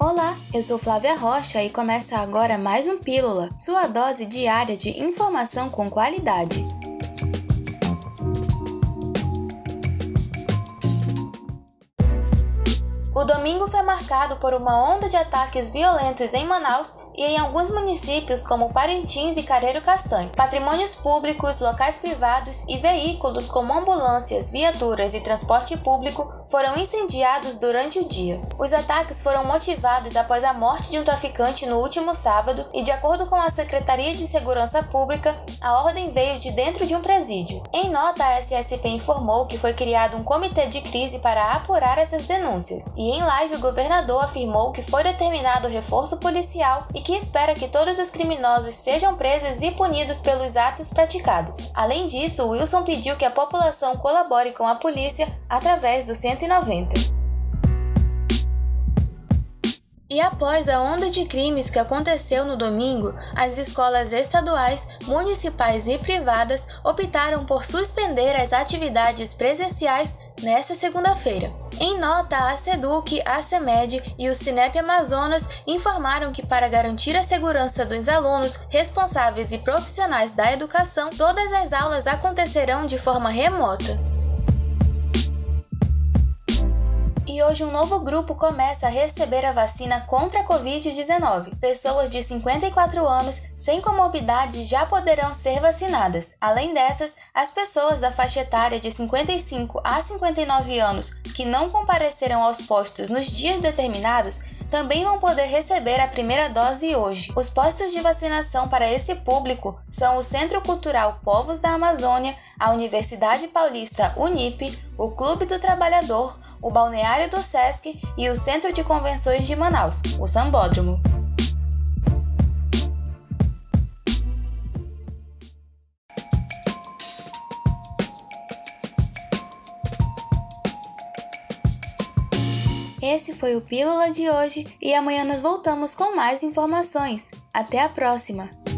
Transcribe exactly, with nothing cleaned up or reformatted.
Olá, eu sou Flávia Rocha e começa agora mais um Pílula, sua dose diária de informação com qualidade. O domingo foi marcado por uma onda de ataques violentos em Manaus e em alguns municípios como Parintins e Careiro Castanho. Patrimônios públicos, locais privados e veículos como ambulâncias, viaturas e transporte público foram incendiados durante o dia. Os ataques foram motivados após a morte de um traficante no último sábado e, de acordo com a Secretaria de Segurança Pública, a ordem veio de dentro de um presídio. Em nota, a S S P informou que foi criado um comitê de crise para apurar essas denúncias. E em live, o governador afirmou que foi determinado reforço policial e que espera que todos os criminosos sejam presos e punidos pelos atos praticados. Além disso, Wilson pediu que a população colabore com a polícia através do cento e noventa. E após a onda de crimes que aconteceu no domingo, as escolas estaduais, municipais e privadas optaram por suspender as atividades presenciais nesta segunda-feira. Em nota, a SEDUC, a CEMED e o Cinep Amazonas informaram que, para garantir a segurança dos alunos, responsáveis e profissionais da educação, todas as aulas acontecerão de forma remota. E hoje um novo grupo começa a receber a vacina contra a covid dezenove. Pessoas de cinquenta e quatro anos sem comorbidades já poderão ser vacinadas. Além dessas, as pessoas da faixa etária de cinquenta e cinco a cinquenta e nove anos que não compareceram aos postos nos dias determinados também vão poder receber a primeira dose hoje. Os postos de vacinação para esse público são o Centro Cultural Povos da Amazônia, a Universidade Paulista Unip, o Clube do Trabalhador, o Balneário do Sesc e o Centro de Convenções de Manaus, o Sambódromo. Esse foi o Pílula de hoje e amanhã nós voltamos com mais informações. Até a próxima!